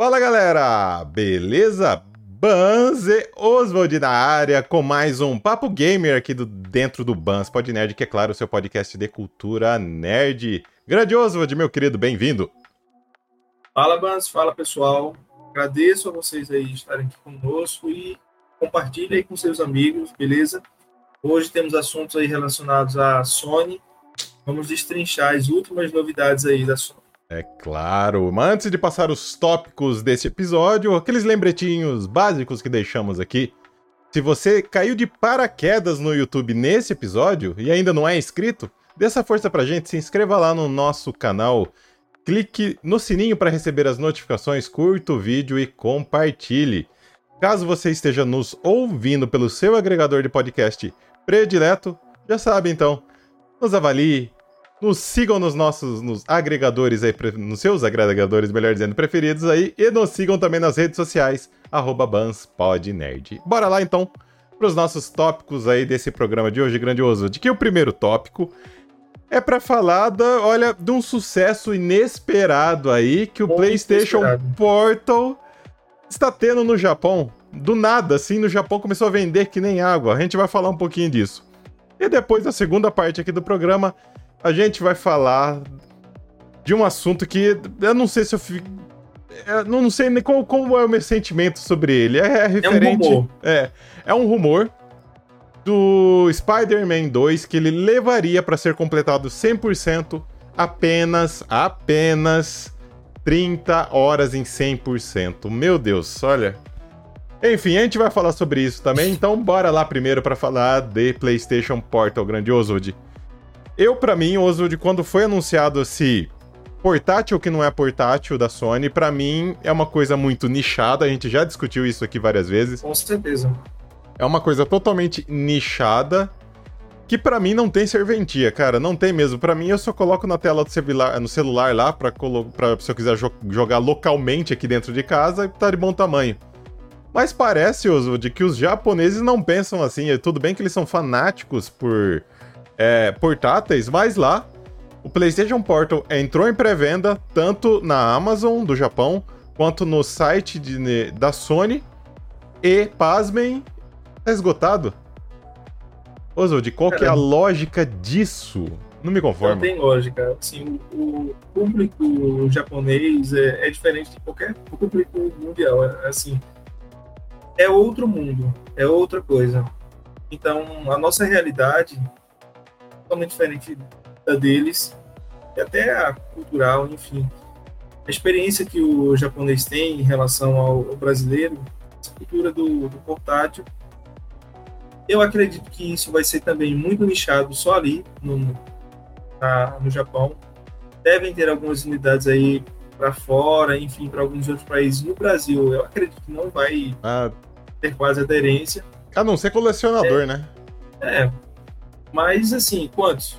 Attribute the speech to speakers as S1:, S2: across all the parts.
S1: Fala galera, beleza? Bans e Oswald na área com mais um Papo Gamer aqui dentro do Bans Pod Nerd, que é claro o seu podcast de cultura nerd. Grande Oswald, meu querido, bem-vindo.
S2: Fala Bans, fala pessoal, agradeço a vocês aí estarem aqui conosco e compartilhe aí com seus amigos, beleza? Hoje temos assuntos aí relacionados à Sony, vamos destrinchar as últimas novidades aí da Sony.
S1: É claro, mas antes de passar os tópicos desse episódio, aqueles lembretinhos básicos que deixamos aqui. Se você caiu de paraquedas no YouTube nesse episódio e ainda não é inscrito, dê essa força pra gente, se inscreva lá no nosso canal, clique no sininho para receber as notificações, curta o vídeo e compartilhe. Caso você esteja nos ouvindo pelo seu agregador de podcast predileto, já sabe então, nos avalie, nos sigam nos agregadores aí, nos seus agregadores, melhor dizendo, preferidos aí, e nos sigam também nas redes sociais, @BansPodNerd. Bora lá então para os nossos tópicos aí desse programa de hoje, grandioso. De que o primeiro tópico é para falar de um sucesso inesperado aí que o PlayStation Portal está tendo no Japão. Do nada, assim, no Japão começou a vender que nem água. A gente vai falar um pouquinho disso. E depois, da segunda parte aqui do programa, a gente vai falar de um assunto que eu não sei se eu fico... Eu não sei nem qual é o meu sentimento sobre ele. É referente...
S2: É um rumor.
S1: É um rumor do Spider-Man 2 que ele levaria para ser completado 100% apenas 30 horas em 100%. Meu Deus, olha... Enfim, a gente vai falar sobre isso também, então bora lá primeiro para falar de PlayStation Portal, grande Oswald. Pra mim, Oswald, quando foi anunciado esse portátil que não é portátil da Sony, pra mim é uma coisa muito nichada, a gente já discutiu isso aqui várias vezes.
S2: Com certeza.
S1: É uma coisa totalmente nichada, que pra mim não tem serventia, cara, não tem mesmo. Pra mim, eu só coloco na tela do celular lá, se eu quiser jogar localmente aqui dentro de casa, tá de bom tamanho. Mas parece, Oswald, que os japoneses não pensam assim. Tudo bem que eles são fanáticos por portáteis, mas lá o PlayStation Portal entrou em pré-venda tanto na Amazon do Japão quanto no site da Sony e, pasmem, tá esgotado. Oswald, qual que é a lógica disso? Não me conformo.
S2: Não tem lógica. Assim, o público japonês é diferente de qualquer público mundial. Assim, é outro mundo, é outra coisa. Então, a nossa realidade é totalmente diferente da deles, e até a cultural, enfim. A experiência que o japonês tem em relação ao brasileiro, essa cultura do portátil, eu acredito que isso vai ser também muito nichado só ali no Japão. Devem ter algumas unidades aí para fora, enfim, para alguns outros países. No Brasil, eu acredito que não vai ter quase aderência.
S1: A não ser colecionador, né?
S2: Mas assim, quantos?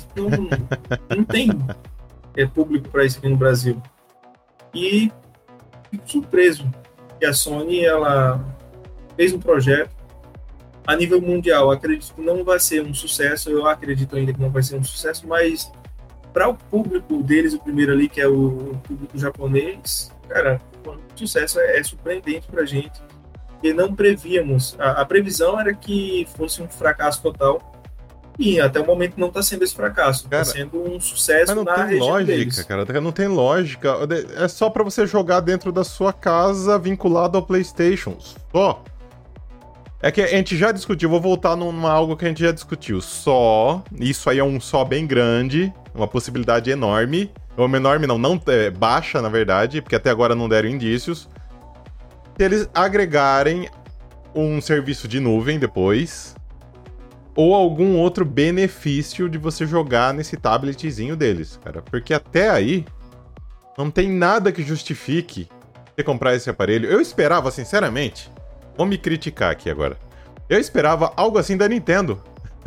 S2: Não tem público para isso aqui no Brasil. E fico surpreso que a Sony ela fez um projeto a nível mundial. Acredito que não vai ser um sucesso, eu acredito ainda que não vai ser um sucesso, mas para o público deles, o primeiro ali, que é o público japonês, cara, o sucesso é surpreendente pra gente. E não prevíamos. A previsão era que fosse um fracasso total. E até o momento não está sendo esse fracasso. Está sendo um sucesso na região deles.
S1: Cara, não tem lógica. É só para você jogar dentro da sua casa vinculado ao PlayStation. Só. É que a gente já discutiu, vou voltar numa algo que a gente já discutiu. Isso aí é um só bem grande, uma possibilidade enorme. Ou enorme não baixa, na verdade, porque até agora não deram indícios. Se eles agregarem um serviço de nuvem depois, ou algum outro benefício de você jogar nesse tabletzinho deles, cara. Porque até aí, não tem nada que justifique você comprar esse aparelho. Eu esperava, sinceramente... Vão me criticar aqui agora. Eu esperava algo assim da Nintendo.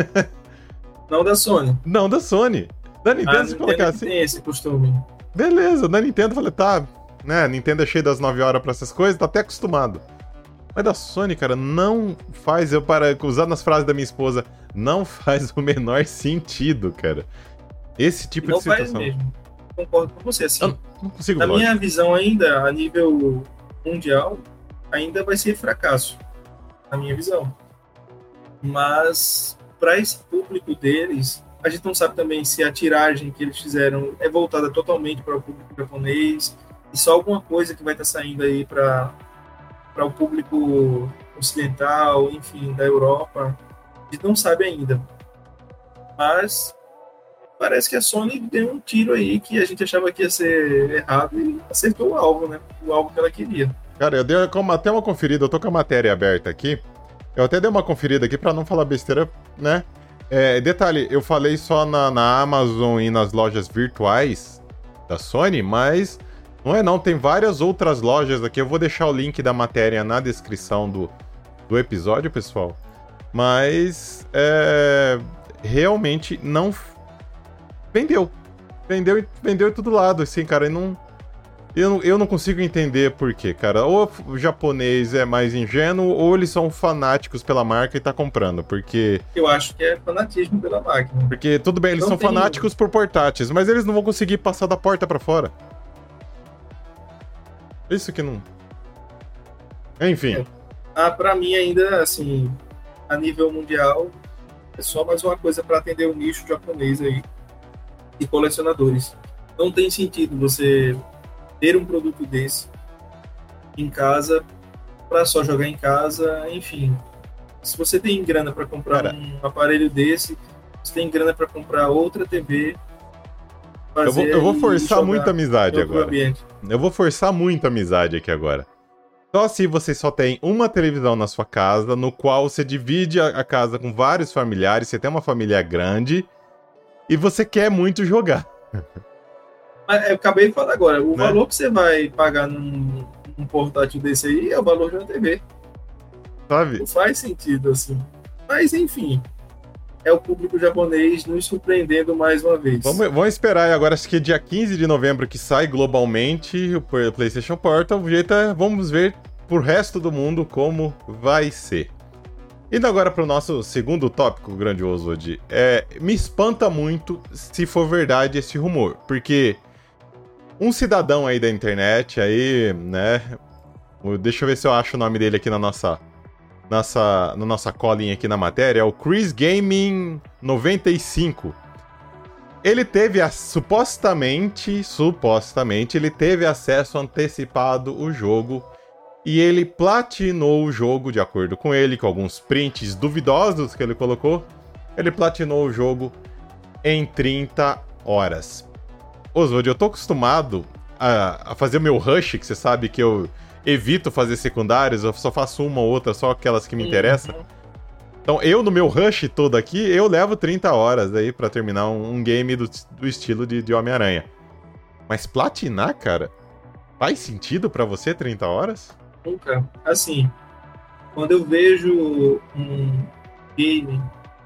S2: Não da Sony.
S1: Não da Sony. Da Nintendo, se colocar assim.
S2: Tem esse costume.
S1: Beleza, da Nintendo eu falei, tá, né? Nintendo é cheio das 9 horas pra essas coisas, tá até acostumado. Mas da Sony, cara, não faz, usando as frases da minha esposa, não faz o menor sentido, cara. Esse tipo de situação.
S2: Não faz mesmo. concordo com você, assim.
S1: Eu não consigo,
S2: Na
S1: lógico.
S2: minha visão ainda, a nível mundial, ainda vai ser fracasso, na minha visão. Mas, para esse público deles, a gente não sabe também se a tiragem que eles fizeram é voltada totalmente para o público japonês, e só alguma coisa que vai estar saindo aí para o público ocidental, enfim, da Europa. A gente não sabe ainda. Mas parece que a Sony deu um tiro aí que a gente achava que ia ser errado e acertou o alvo, né? O alvo que ela queria.
S1: Cara, eu dei até uma conferida, eu tô com a matéria aberta aqui. Eu até dei uma conferida aqui pra não falar besteira, né? Detalhe, eu falei só na Amazon e nas lojas virtuais da Sony, mas não é não, tem várias outras lojas aqui. Eu vou deixar o link da matéria na descrição do episódio, pessoal. Mas realmente não vendeu. Vendeu em todo lado, assim, cara. Eu não consigo entender por quê, cara. Ou o japonês é mais ingênuo, ou eles são fanáticos pela marca e tá comprando, porque...
S2: Eu acho que é fanatismo pela máquina.
S1: Porque, tudo bem, eles
S2: Não
S1: são
S2: tem-
S1: fanáticos por portáteis, mas eles não vão conseguir passar da porta pra fora. Isso que não... Enfim.
S2: Pra mim ainda, assim, a nível mundial, é só mais uma coisa para atender o nicho japonês aí de colecionadores. Não tem sentido você ter um produto desse em casa para só jogar em casa, enfim. Se você tem grana para comprar
S1: Cara,
S2: um aparelho desse, você tem grana para comprar outra TV.
S1: eu vou forçar
S2: jogar
S1: muita amizade
S2: em outro
S1: agora.
S2: ambiente.
S1: Eu vou forçar muita amizade aqui agora. Só se você só tem uma televisão na sua casa, no qual você divide a casa com vários familiares, você tem uma família grande, e você quer muito jogar.
S2: Mas eu acabei de falar agora, o
S1: Né?
S2: valor que você vai pagar num portátil desse aí é o valor de uma TV.
S1: Sabe?
S2: Não faz sentido, assim. Mas, enfim, é o público japonês nos surpreendendo mais uma vez.
S1: Vamos esperar agora, acho que dia 15 de novembro que sai globalmente o PlayStation Portal. O jeito vamos ver pro resto do mundo como vai ser. Indo agora pro nosso segundo tópico grandioso hoje. Me espanta muito se for verdade esse rumor, porque um cidadão aí da internet, aí, né? Deixa eu ver se eu acho o nome dele aqui na nossa colinha aqui na matéria, é o Chris Gaming 95. Ele teve supostamente, ele teve acesso antecipado ao jogo e ele platinou o jogo, de acordo com ele, com alguns prints duvidosos que ele colocou. Ele platinou o jogo em 30 horas. Oswald, eu tô acostumado a fazer o meu rush, que você sabe que eu evito fazer secundários, eu só faço uma ou outra, só aquelas que me interessam. Então, eu no meu rush todo aqui, eu levo 30 horas aí pra terminar um game do estilo de Homem-Aranha. Mas platinar, cara, faz sentido pra você 30 horas?
S2: Nunca. Assim, quando eu vejo um game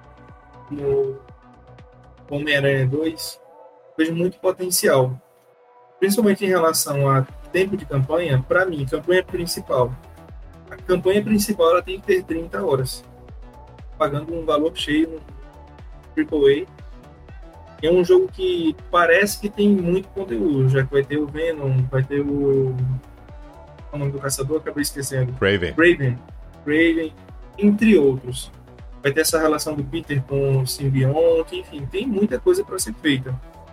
S2: no Homem-Aranha 2, vejo muito potencial. Principalmente em relação a tempo de campanha, para mim, campanha principal. A campanha principal ela tem que ter 30 horas. Pagando um valor cheio no AAA. É um jogo que parece que tem muito conteúdo, já que vai ter o Venom, vai ter o nome do caçador, acabei esquecendo. Raven, entre outros. Vai ter essa relação do Peter com o simbionte, enfim, tem muita coisa para ser feita.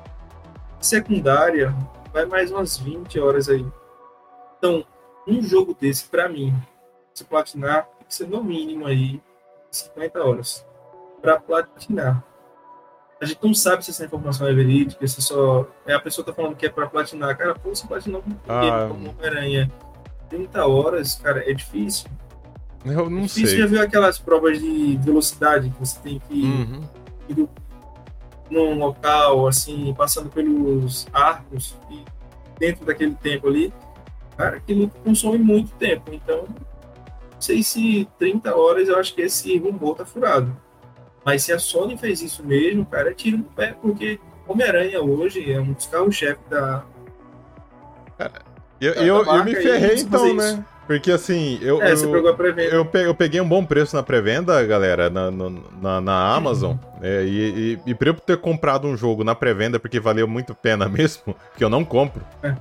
S2: Secundária, vai mais umas 20 horas aí. Então, um jogo desse, para mim, se platinar, tem que ser no mínimo aí 50 horas para platinar. A gente não sabe se essa informação é verídica, se só a pessoa tá falando que é para platinar. Cara, pô, se platinar um game como Homem-Aranha 30 horas, cara, é difícil.
S1: Eu não
S2: Difícil.
S1: sei.
S2: Já viu aquelas provas de velocidade que você tem que ir num local, assim, passando pelos arcos e dentro daquele tempo ali, cara, aquilo consome muito tempo. Então, não sei se 30 horas, eu acho que esse rumor tá furado. Mas se a Sony fez isso mesmo, cara, é tiro no pé, porque Homem-Aranha hoje é um dos carros-chefe da...
S1: Eu me ferrei então, né? Porque assim,
S2: Você pegou a pré-venda.
S1: eu peguei um bom preço na pré-venda, galera, na Amazon. E pra eu ter comprado um jogo na pré-venda, porque valeu muito a pena mesmo, que eu não compro.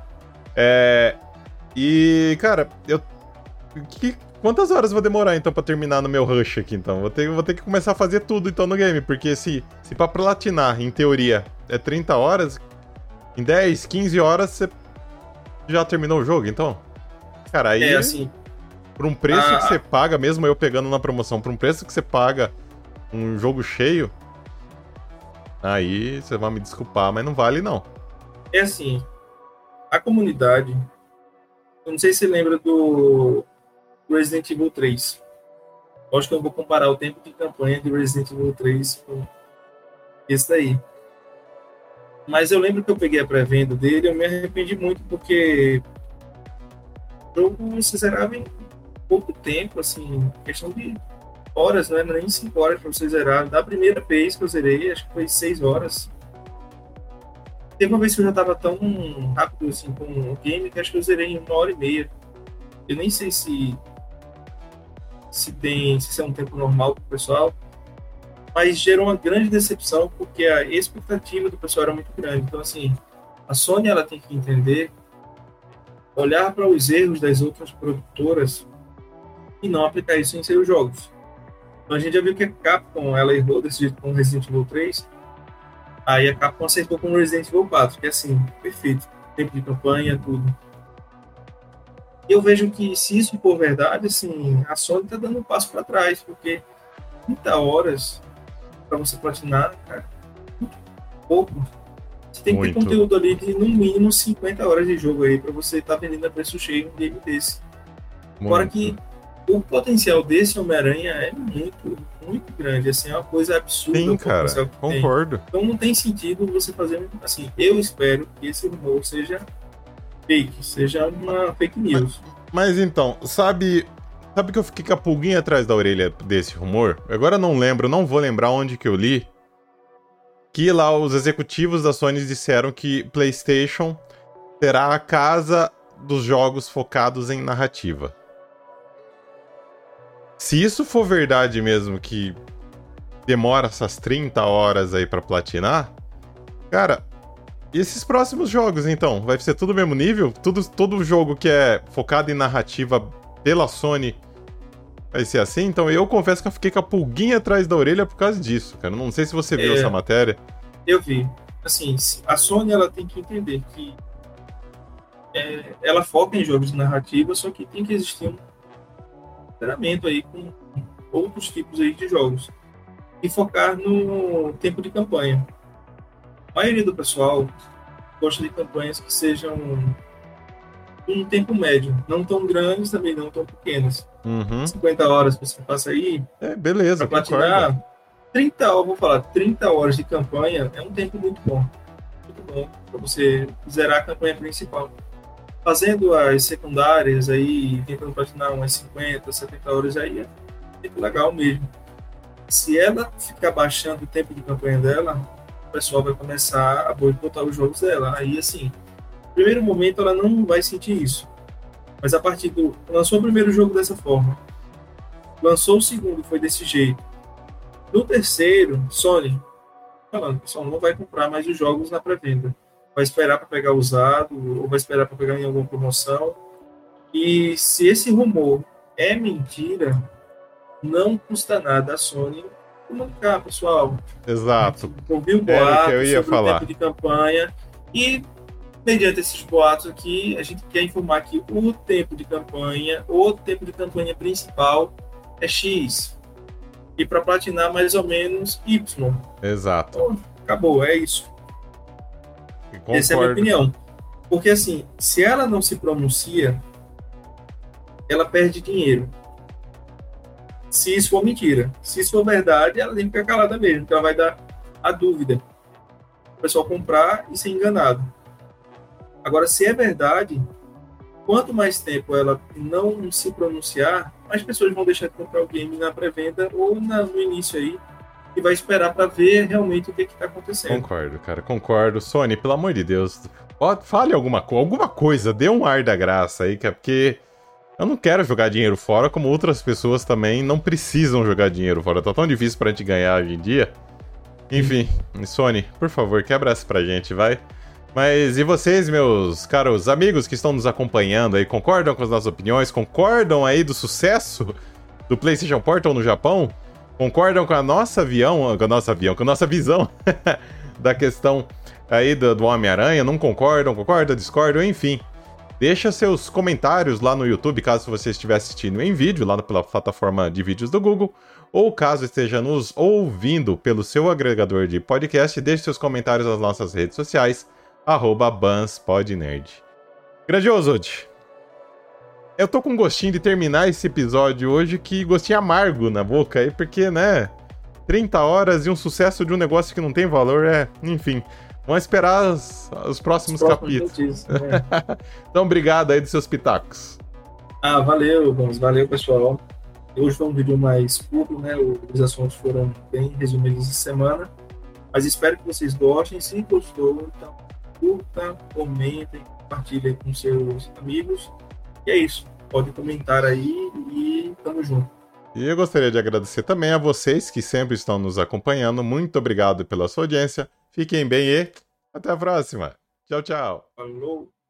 S1: E, cara, quantas horas vou demorar então pra terminar no meu rush aqui então? Vou ter que começar a fazer tudo então no game, porque se pra platinar, em teoria, é 30 horas, em 10, 15 horas você já terminou o jogo, então? Cara, aí,
S2: assim,
S1: por um preço que você paga, mesmo eu pegando na promoção, por um preço que você paga um jogo cheio, aí você vai me desculpar, mas não vale não.
S2: É assim, a comunidade, eu não sei se você lembra do Resident Evil 3. Acho que eu vou comparar o tempo de campanha de Resident Evil 3 com esse daí. Mas eu lembro que eu peguei a pré-venda dele, eu me arrependi muito porque o jogo se zerava em pouco tempo, assim, questão de horas, não é nem 5 horas para você zerar. Da primeira vez que eu zerei, acho que foi 6 horas. Teve uma vez que eu já tava tão rápido assim com o game que acho que eu zerei em 1h30. Eu nem sei se é um tempo normal pro pessoal, mas gerou uma grande decepção porque a expectativa do pessoal era muito grande. Então, assim, a Sony ela tem que entender, olhar para os erros das outras produtoras e não aplicar isso em seus jogos. Então, a gente já viu que a Capcom ela errou desse jeito com Resident Evil 3, aí a Capcom acertou com Resident Evil 4, que é assim, perfeito, tempo de campanha, tudo. E eu vejo que se isso for verdade, assim, a Sony tá dando um passo para trás, porque 30 horas para você platinar, cara, muito pouco. Você tem que ter conteúdo ali de no mínimo 50 horas de jogo aí para você estar vendendo a preço cheio um game desse. Fora que o potencial desse Homem-Aranha é muito, muito grande, assim, é uma coisa absurda.
S1: Sim, cara, concordo.
S2: Então não tem sentido você fazer, assim, eu espero que esse rumor seja fake, seja uma fake news.
S1: Mas então, sabe que eu fiquei com a pulguinha atrás da orelha desse rumor? Agora eu não vou lembrar onde que eu li, que lá os executivos da Sony disseram que PlayStation será a casa dos jogos focados em narrativa. Se isso for verdade mesmo, que demora essas 30 horas aí pra platinar, cara, e esses próximos jogos, então? Vai ser tudo mesmo nível? Todo jogo que é focado em narrativa pela Sony vai ser assim? Então eu confesso que eu fiquei com a pulguinha atrás da orelha por causa disso, cara. Não sei se você viu essa matéria.
S2: Eu vi. Assim, a Sony ela tem que entender que ela foca em jogos de narrativa, só que tem que existir um treinamento aí com outros tipos aí de jogos. E focar no tempo de campanha. A maioria do pessoal gosta de campanhas que sejam um tempo médio, não tão grandes, também não tão pequenas. 50 horas que você passa aí,
S1: beleza,
S2: pra platinar, 30 horas de campanha é um tempo muito bom para você zerar a campanha principal. Fazendo as secundárias aí, tentando platinar umas 50, 70 horas aí, é muito legal mesmo. Se ela ficar baixando o tempo de campanha dela, o pessoal vai começar a boicotar os jogos dela. Aí, assim, no primeiro momento ela não vai sentir isso. Mas a partir do... Lançou o primeiro jogo dessa forma. Lançou o segundo, foi desse jeito. No terceiro, Sony, falando, o pessoal não vai comprar mais os jogos na pré-venda. Vai esperar para pegar usado, ou vai esperar para pegar em alguma promoção. E se esse rumor é mentira, não custa nada a Sony comunicar, pessoal.
S1: Exato.
S2: Ouviu boatos sobre o tempo de campanha e, mediante esses boatos aqui, a gente quer informar que o tempo de campanha principal é X. E para platinar, mais ou menos Y.
S1: Exato.
S2: Então, acabou, é isso.
S1: Concordo.
S2: Essa é a minha opinião. Porque, assim, se ela não se pronuncia, ela perde dinheiro. Se isso for mentira. Se isso for verdade, ela tem que ficar calada mesmo, porque ela vai dar a dúvida. O pessoal comprar e ser enganado. Agora, se é verdade, quanto mais tempo ela não se pronunciar, mais pessoas vão deixar de comprar o game na pré-venda ou no início aí, e vai esperar para ver realmente o que está acontecendo.
S1: Concordo, cara, concordo. Sony, pelo amor de Deus, fale alguma coisa, dê um ar da graça aí, que é porque Eu não quero jogar dinheiro fora, como outras pessoas também não precisam jogar dinheiro fora. Tá tão difícil pra gente ganhar hoje em dia. Enfim, Sony, por favor, quebra essa pra gente, vai. Mas e vocês, meus caros amigos que estão nos acompanhando aí, concordam com as nossas opiniões? Concordam aí do sucesso do PlayStation Portal no Japão? Concordam com a nossa com a nossa visão da questão aí do Homem-Aranha? Não concordam? Concordam? Discordam? Enfim. Deixa seus comentários lá no YouTube, caso você estiver assistindo em vídeo, lá pela plataforma de vídeos do Google, ou caso esteja nos ouvindo pelo seu agregador de podcast, deixe seus comentários nas nossas redes sociais, @BansPodNerd. Grandioso, Odi. Eu tô com gostinho de terminar esse episódio hoje, que gostinho amargo na boca aí, porque, né, 30 horas e um sucesso de um negócio que não tem valor, enfim... Vamos esperar os próximos capítulos. Então, obrigado aí dos seus pitacos.
S2: Valeu, Gomes. Valeu, pessoal. Hoje foi um vídeo mais curto, né? Os assuntos foram bem resumidos de semana. Mas espero que vocês gostem. Se gostou, então curta, comentem, compartilhem com seus amigos. E é isso. Pode comentar aí e tamo junto.
S1: E eu gostaria de agradecer também a vocês que sempre estão nos acompanhando. Muito obrigado pela sua audiência. Fiquem bem e até a próxima. Tchau, tchau.
S2: Falou.